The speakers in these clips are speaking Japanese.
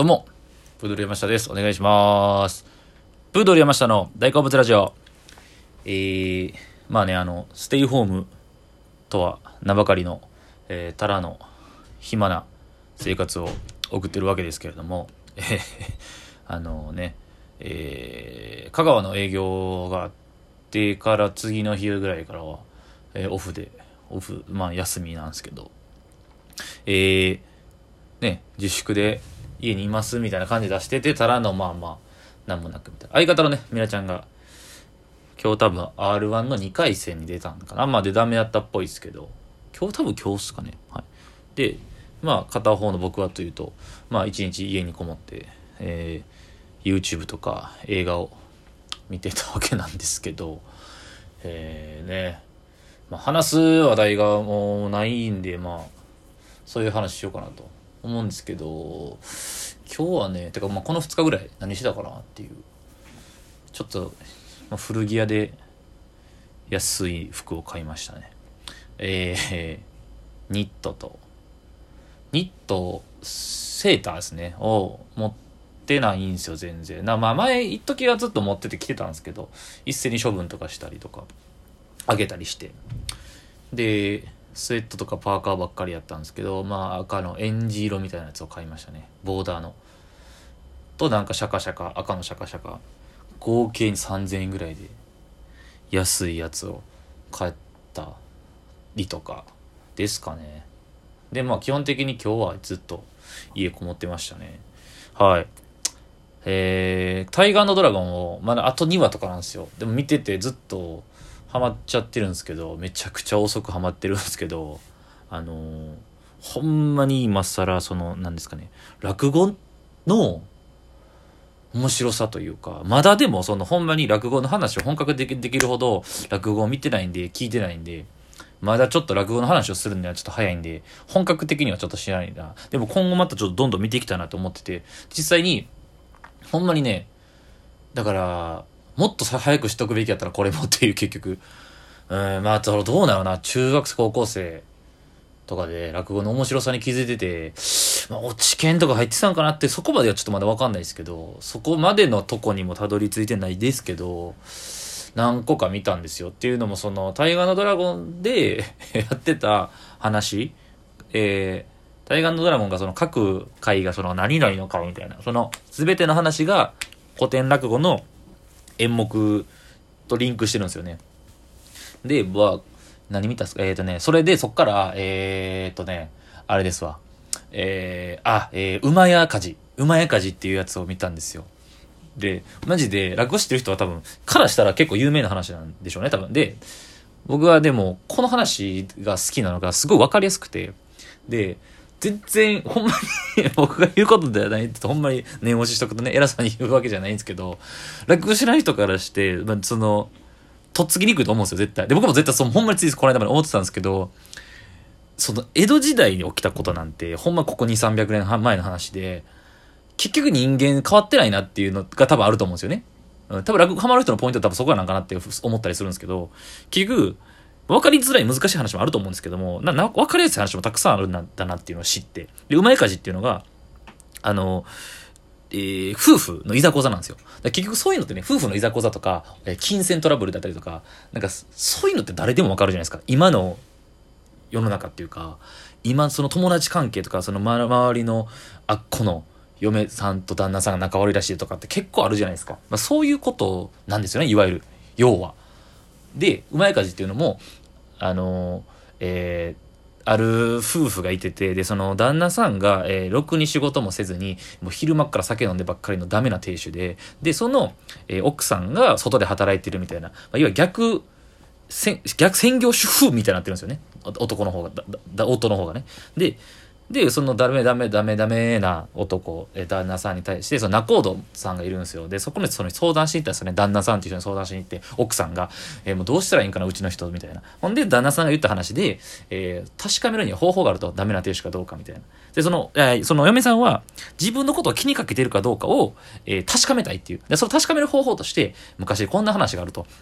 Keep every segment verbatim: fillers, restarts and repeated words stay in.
どうも、プードル山下です。お願いします。プードル山下の大好物ラジオ。えー、まあね、あの、ステイホームとは名ばかりの、えー、ただの暇な生活を送ってるわけですけれども、えー、あのね、えー、香川の営業があってから次の日ぐらいからは、えー、オフで、オフ、まあ休みなんですけど、えー、ね、自粛で家にいますみたいな感じ出しててたらのまあまあなんもなくみたいな。相方のねミラちゃんが今日多分 アールワン のにかい戦に出たんかな。まあでダメやったっぽいですけど、今日多分今日っすかね。はい。でまあ片方の僕はというと、まあ一日家にこもって、えー、YouTube とか映画を見てたわけなんですけど、えー、ね、まあ、話す話題がもうないんで、まあそういう話しようかなと思うんですけど、今日はね、てかまあこのふつかぐらい何してたかなっていう、ちょっと、まあ、古着屋で安い服を買いましたね。えー、ニットとニットセーターですねを持ってないんですよ全然。なまあ前一時はずっと持ってて着てたんですけど、一斉に処分とかしたりとかあげたりして、でスウェットとかパーカーばっかりやったんですけど、まあ赤のエンジ色みたいなやつを買いましたね。ボーダーのとなんかシャカシャカ赤のシャカシャカ合計にさんぜんえんぐらいで安いやつを買ったりとかですかね。でまあ基本的に今日はずっと家こもってましたね。はい。えー、タイガードラゴンをまだあとにわとかなんですよ。でも見ててずっとハマっちゃってるんですけど、めちゃくちゃ遅くハマってるんですけど、あのー、ほんまに今更その何ですかね、落語の面白さというか、まだでもそのほんまに落語の話を本格的にできるほど落語を見てないんで聞いてないんで、まだちょっと落語の話をするにはちょっと早いんで本格的にはちょっと知らないな。でも今後またちょっとどんどん見ていきたいなと思ってて、実際にほんまにね、だからもっとさ早くしとくべきやったらこれもっていう結局、うん、まあどうなのな、中学生高校生とかで落語の面白さに気づいてて、まあ、落ち研とか入ってたんかなって、そこまではちょっとまだ分かんないですけど、そこまでのとこにもたどり着いてないですけど、何個か見たんですよ。っていうのもそのタイガードラゴンでやってた話、えー、タイガードラゴンがその各回がその何々の回みたいな、その全ての話が古典落語の演目とリンクしてるんですよね。で、まあ、何見たんすか。えっ、ー、とね、それでそっから、えっ、ー、とね、あれですわ。えー、あ、えー、馬屋火事。馬屋火事っていうやつを見たんですよ。で、マジで、落語知ってる人は多分、からしたら結構有名な話なんでしょうね、多分。で、僕はでも、この話が好きなのがすごいわかりやすくて、で、全然、ほんまに僕が言うことではないって、ほんまに念押ししとくとね、偉さに言うわけじゃないんですけど、落語知らない人からして、まあ、その、とっつきにくいと思うんですよ、絶対。で、僕も絶対そう、ほんまについこの間まで思ってたんですけど、その、江戸時代に起きたことなんて、ほんまここにせんさんびゃくねんまえの話で、結局人間変わってないなっていうのが多分あると思うんですよね。うん、多分落語ハマる人のポイントは多分そこなんかなって思ったりするんですけど、結局、分かりづらい難しい話もあると思うんですけども、な、な、分かりやすい話もたくさんあるんだなっていうのを知って、で、うまいかじっていうのが、あの、えー、夫婦のいざこざなんですよ。結局そういうのってね、夫婦のいざこざとか、えー、金銭トラブルだったりとか、なんかそういうのって誰でもわかるじゃないですか。今の世の中っていうか、今その友達関係とか、その周りのあっこの嫁さんと旦那さんが仲悪いらしいとかって結構あるじゃないですか。まあ、そういうことなんですよね、いわゆる。要は。で、うまいかじっていうのも、あのー、えー、ある夫婦がいてて、で、その旦那さんが、えー、ろくに仕事もせずに、もう昼間から酒飲んでばっかりのダメな亭主で、で、その、えー、奥さんが外で働いてるみたいな、まあ、いわゆる逆、逆専業主婦みたいになってるんですよね。男の方が、だだ夫の方がね。で、で、そのダメダメダメダメな男、え旦那さんに対して、その仲人さんがいるんですよ。で、そこにその相談しに行ったんですよね。旦那さんっていう人に相談しに行って、奥さんが、えー、もうどうしたらいいんかな、うちの人、みたいな。ほんで、旦那さんが言った話で、えー、確かめるには方法があると、ダメな亭主かどうかみたいな。で、その、えー、その嫁さんは、自分のことを気にかけてるかどうかを、えー、確かめたいっていう。で、その確かめる方法として、昔こんな話があると。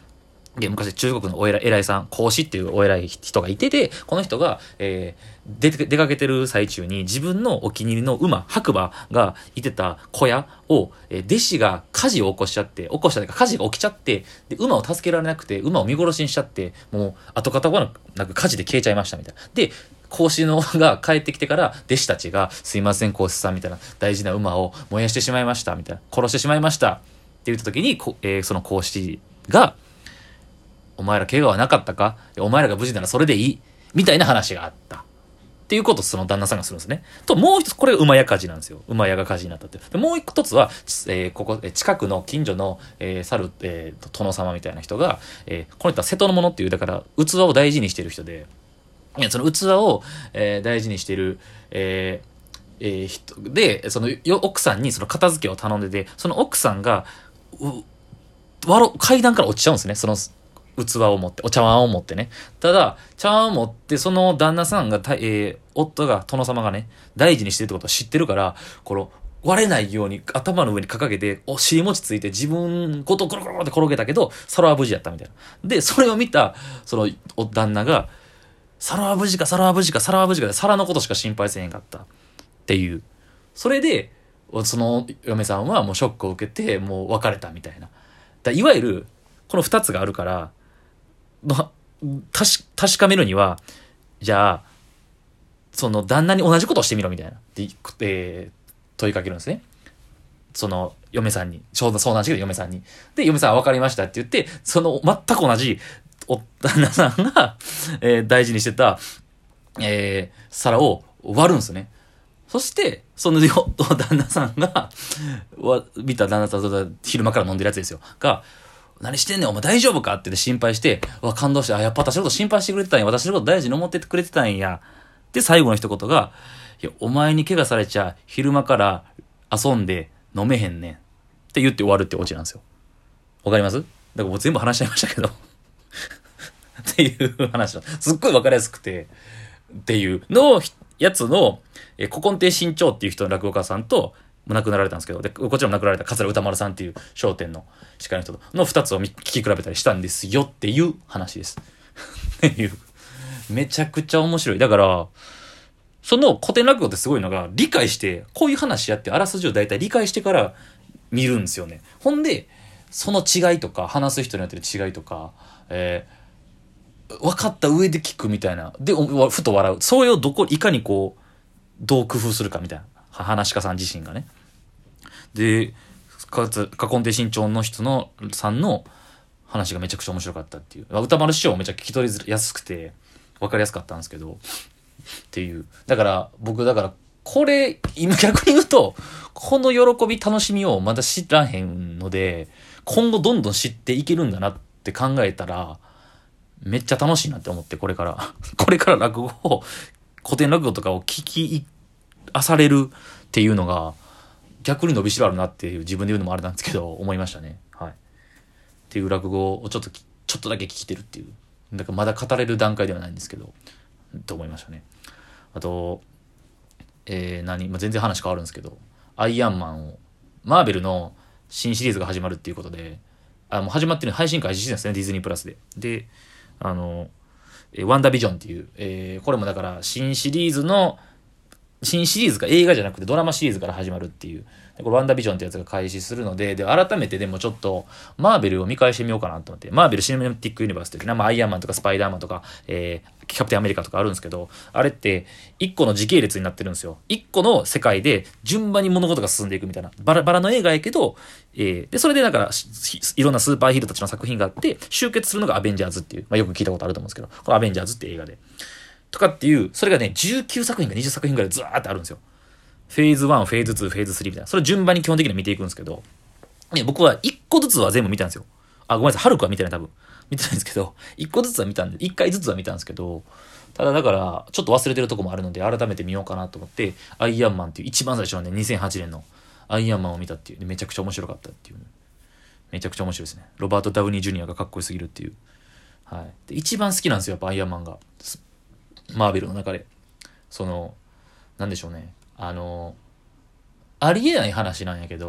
で、昔中国のお偉い、偉いさん、孔子っていうお偉い人がいてて、この人が、えー、出、出かけてる最中に自分のお気に入りの馬、白馬がいてた小屋を、えー、弟子が火事を起こしちゃって、起こしたというか火事が起きちゃって、で、馬を助けられなくて、馬を見殺しにしちゃって、もう跡形もなく火事で消えちゃいましたみたいな。で、孔子のが帰ってきてから弟子たちが、すいません孔子さんみたいな、大事な馬を燃やしてしまいましたみたいな、殺してしまいましたって言った時に、えー、その孔子が、お前ら怪我はなかったか？お前らが無事ならそれでいいみたいな話があった。っていうことをその旦那さんがするんですね。と、もう一つ、これが馬屋火事なんですよ。馬屋が火事になったって。でもう一つは、えー、ここ、近くの近所の、えー、猿、えー、殿様みたいな人が、えー、この人は瀬戸のものっていう、だから、器を大事にしてる人で、いやその器を、えー、大事にしてる、えーえー、人で、その奥さんにその片付けを頼んでて、その奥さんが、う、わろ、階段から落ちちゃうんですね。その、器を持って、お茶碗を持ってね。ただ、茶碗を持って、その旦那さんが、えー、夫が、殿様がね、大事にしてるってことを知ってるから、この、割れないように頭の上に掲げて、お尻餅ついて自分ごとコロコロって転げたけど、皿は無事やったみたいな。で、それを見た、その、お旦那が、皿は無事か、皿は無事か、皿は無事かで、皿のことしか心配せへんかった。っていう。それで、その嫁さんはもうショックを受けて、もう別れたみたいな。だいわゆる、この二つがあるから、の確確かめるには、じゃあ、その旦那に同じことをしてみろみたいな、で、えー、問いかけるんですね。その嫁さんに、ちょうどそうなんですけど嫁さんに。で、嫁さんは分かりましたって言って、その全く同じお旦那さんが、えー、大事にしてた、えー、皿を割るんですね。そして、その旦那さんが、見た旦那さん、昼間から飲んでるやつですよ。が、何してんねんお前大丈夫かって言って心配して、わ、感動して、あ、やっぱ私のこと心配してくれてたんや。私のこと大事に思っててくれてたんや。で、最後の一言が、いや、お前に怪我されちゃ、昼間から遊んで飲めへんねん。って言って終わるってオチなんですよ。わかります？だからもう全部話しちゃいましたけど。っていう話だ。すっごいわかりやすくて、っていうのやつの、え、古今亭新潮っていう人の落語家さんと、亡くなられたんですけど、で、こちらも亡くなられた桂歌丸さんっていう商店の司会の人の二つを聞き比べたりしたんですよっていう話です。っていう。めちゃくちゃ面白い。だから、その古典落語ってすごいのが、理解して、こういう話やって、あらすじを大体理解してから見るんですよね。ほんで、その違いとか、話す人によってる違いとか、えー、分かった上で聞くみたいな。で、ふと笑う。それをどこ、いかにこう、どう工夫するかみたいな。話し家さん自身がね。で、かつ、古今亭新潮の人の、さんの話がめちゃくちゃ面白かったっていう。歌丸師匠もめちゃ聞き取りやすくて、わかりやすかったんですけど、っていう。だから、僕、だから、これ、今逆に言うと、この喜び、楽しみをまだ知らへんので、今後どんどん知っていけるんだなって考えたら、めっちゃ楽しいなって思って、これから。これから落語を、古典落語とかを聞き、あされるっていうのが、逆に伸びしろあるなっていう、自分で言うのもあれなんですけど、思いましたね。はい。っていう落語をちょっと、ちょっとだけ聞きてるっていう。だからまだ語れる段階ではないんですけど、と思いましたね。あと、えー、何、まあ、全然話変わるんですけど、アイアンマンを、マーベルの新シリーズが始まるっていうことで、あ、もう始まってる配信開始してるんですね、ディズニープラスで。で、あの、えー、ワンダービジョンっていう、えー、これもだから新シリーズの、新シリーズが映画じゃなくてドラマシリーズから始まるっていう。これワンダービジョンってやつが開始するので、で、改めてでもちょっと、マーベルを見返してみようかなと思って、マーベルシネマティックユニバースっていう、まあ、アイアンマンとかスパイダーマンとか、えー、キャプテンアメリカとかあるんですけど、あれって、一個の時系列になってるんですよ。一個の世界で順番に物事が進んでいくみたいな。バラバラの映画やけど、えー、で、それでだから、いろんなスーパーヒーローたちの作品があって、集結するのがアベンジャーズっていう、まあ、よく聞いたことあると思うんですけど、このアベンジャーズって映画で。とかっていう、それがね、じゅうきゅうさくひんかにじゅっさくひんぐらいずーってあるんですよ。フェーズワン、フェーズツー、フェーズスリーみたいな。それ順番に基本的には見ていくんですけど、ね、僕はいっこずつは全部見たんですよ。あ、ごめんなさい。ハルクは見てない、多分。見てないんですけど、いっこずつは見たんで、いっかいずつは見たんですけど、ただだから、ちょっと忘れてるとこもあるので、改めて見ようかなと思って、アイアンマンっていう一番最初のね、にせんはちねんのアイアンマンを見たっていう、めちゃくちゃ面白かったっていう、めちゃくちゃ面白いですね。ロバート・ダウニー・ジュニアがかっこよすぎるっていう。はい。で、一番好きなんですよ、やっぱアイアンマンが。マーベルの中で。その、なんでしょうね。あの、ありえない話なんやけど、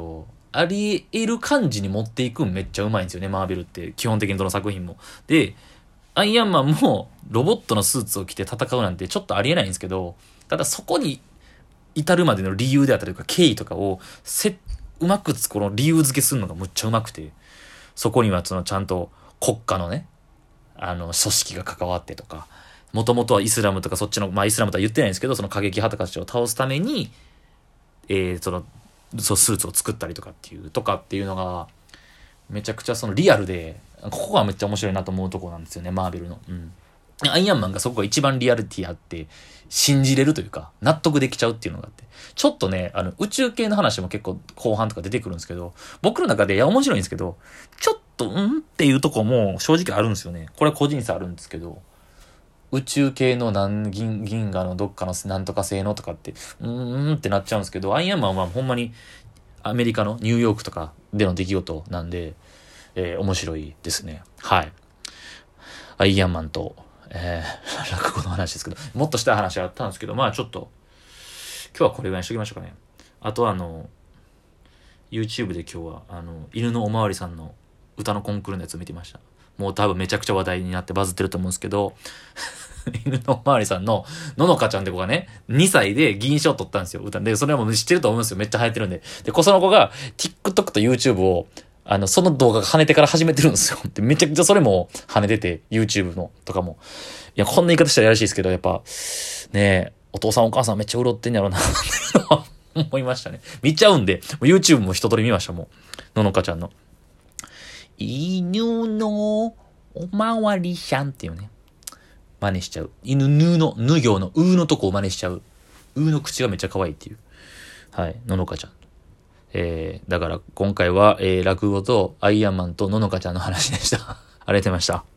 あり得る感じに持っていくんめっちゃうまいんですよね、マーベルって。基本的にどの作品も。で、アイアンマンもロボットのスーツを着て戦うなんてちょっとありえないんですけど、ただそこに至るまでの理由であったりとか経緯とかをせうまくこの理由付けするのがむっちゃうまくて、そこにはそのちゃんと国家のね、あの組織が関わってとか、もともとはイスラムとかそっちの、まあイスラムとは言ってないんですけど、その過激派とかを倒すために、えー、その、そうスーツを作ったりとかっていう、とかっていうのが、めちゃくちゃそのリアルで、ここがめっちゃ面白いなと思うところなんですよね、マーベルの。うん。アイアンマンがそこが一番リアリティあって、信じれるというか、納得できちゃうっていうのがあって。ちょっとね、あの、宇宙系の話も結構後半とか出てくるんですけど、僕の中で、いや、面白いんですけど、ちょっと、うんっていうとこも正直あるんですよね。これは個人差あるんですけど、宇宙系の何銀、銀河のどっかのなんとか性のとかって、うーんってなっちゃうんですけど、アイアンマンはほんまにアメリカのニューヨークとかでの出来事なんで、えー、面白いですね。はい。アイアンマンと、えー、落語の話ですけど、もっとした話あったんですけど、まあちょっと、今日はこれぐらいにしときましょうかね。あとはあの、YouTube で今日は、あの、犬のおまわりさんの歌のコンクールのやつを見てました。もう多分めちゃくちゃ話題になってバズってると思うんですけど、犬のおまわりさんのののかちゃんって子がね、にさいで銀賞取ったんですよ。歌で、それはもう知ってると思うんですよ。めっちゃ流行ってるんで。で、その子が TikTok と YouTube を、あの、その動画が跳ねてから始めてるんですよ。で、めちゃくちゃそれも跳ねてて、YouTube のとかも。いや、こんな言い方したらやらしいですけど、やっぱ、ねえ、お父さんお母さんめっちゃ潤ってんやろうな、思いましたね。見ちゃうんで、YouTube も一通り見ました、もう。ののかちゃんの。犬のおまわりさんっていうね。真似しちゃう。犬、ぬの、ぬ行のうのとこを真似しちゃう。うの口がめっちゃ可愛いっていう。はい。ののかちゃん。えー、だから今回は、えー、落語とアイアンマンとののかちゃんの話でした。ありがとうございました。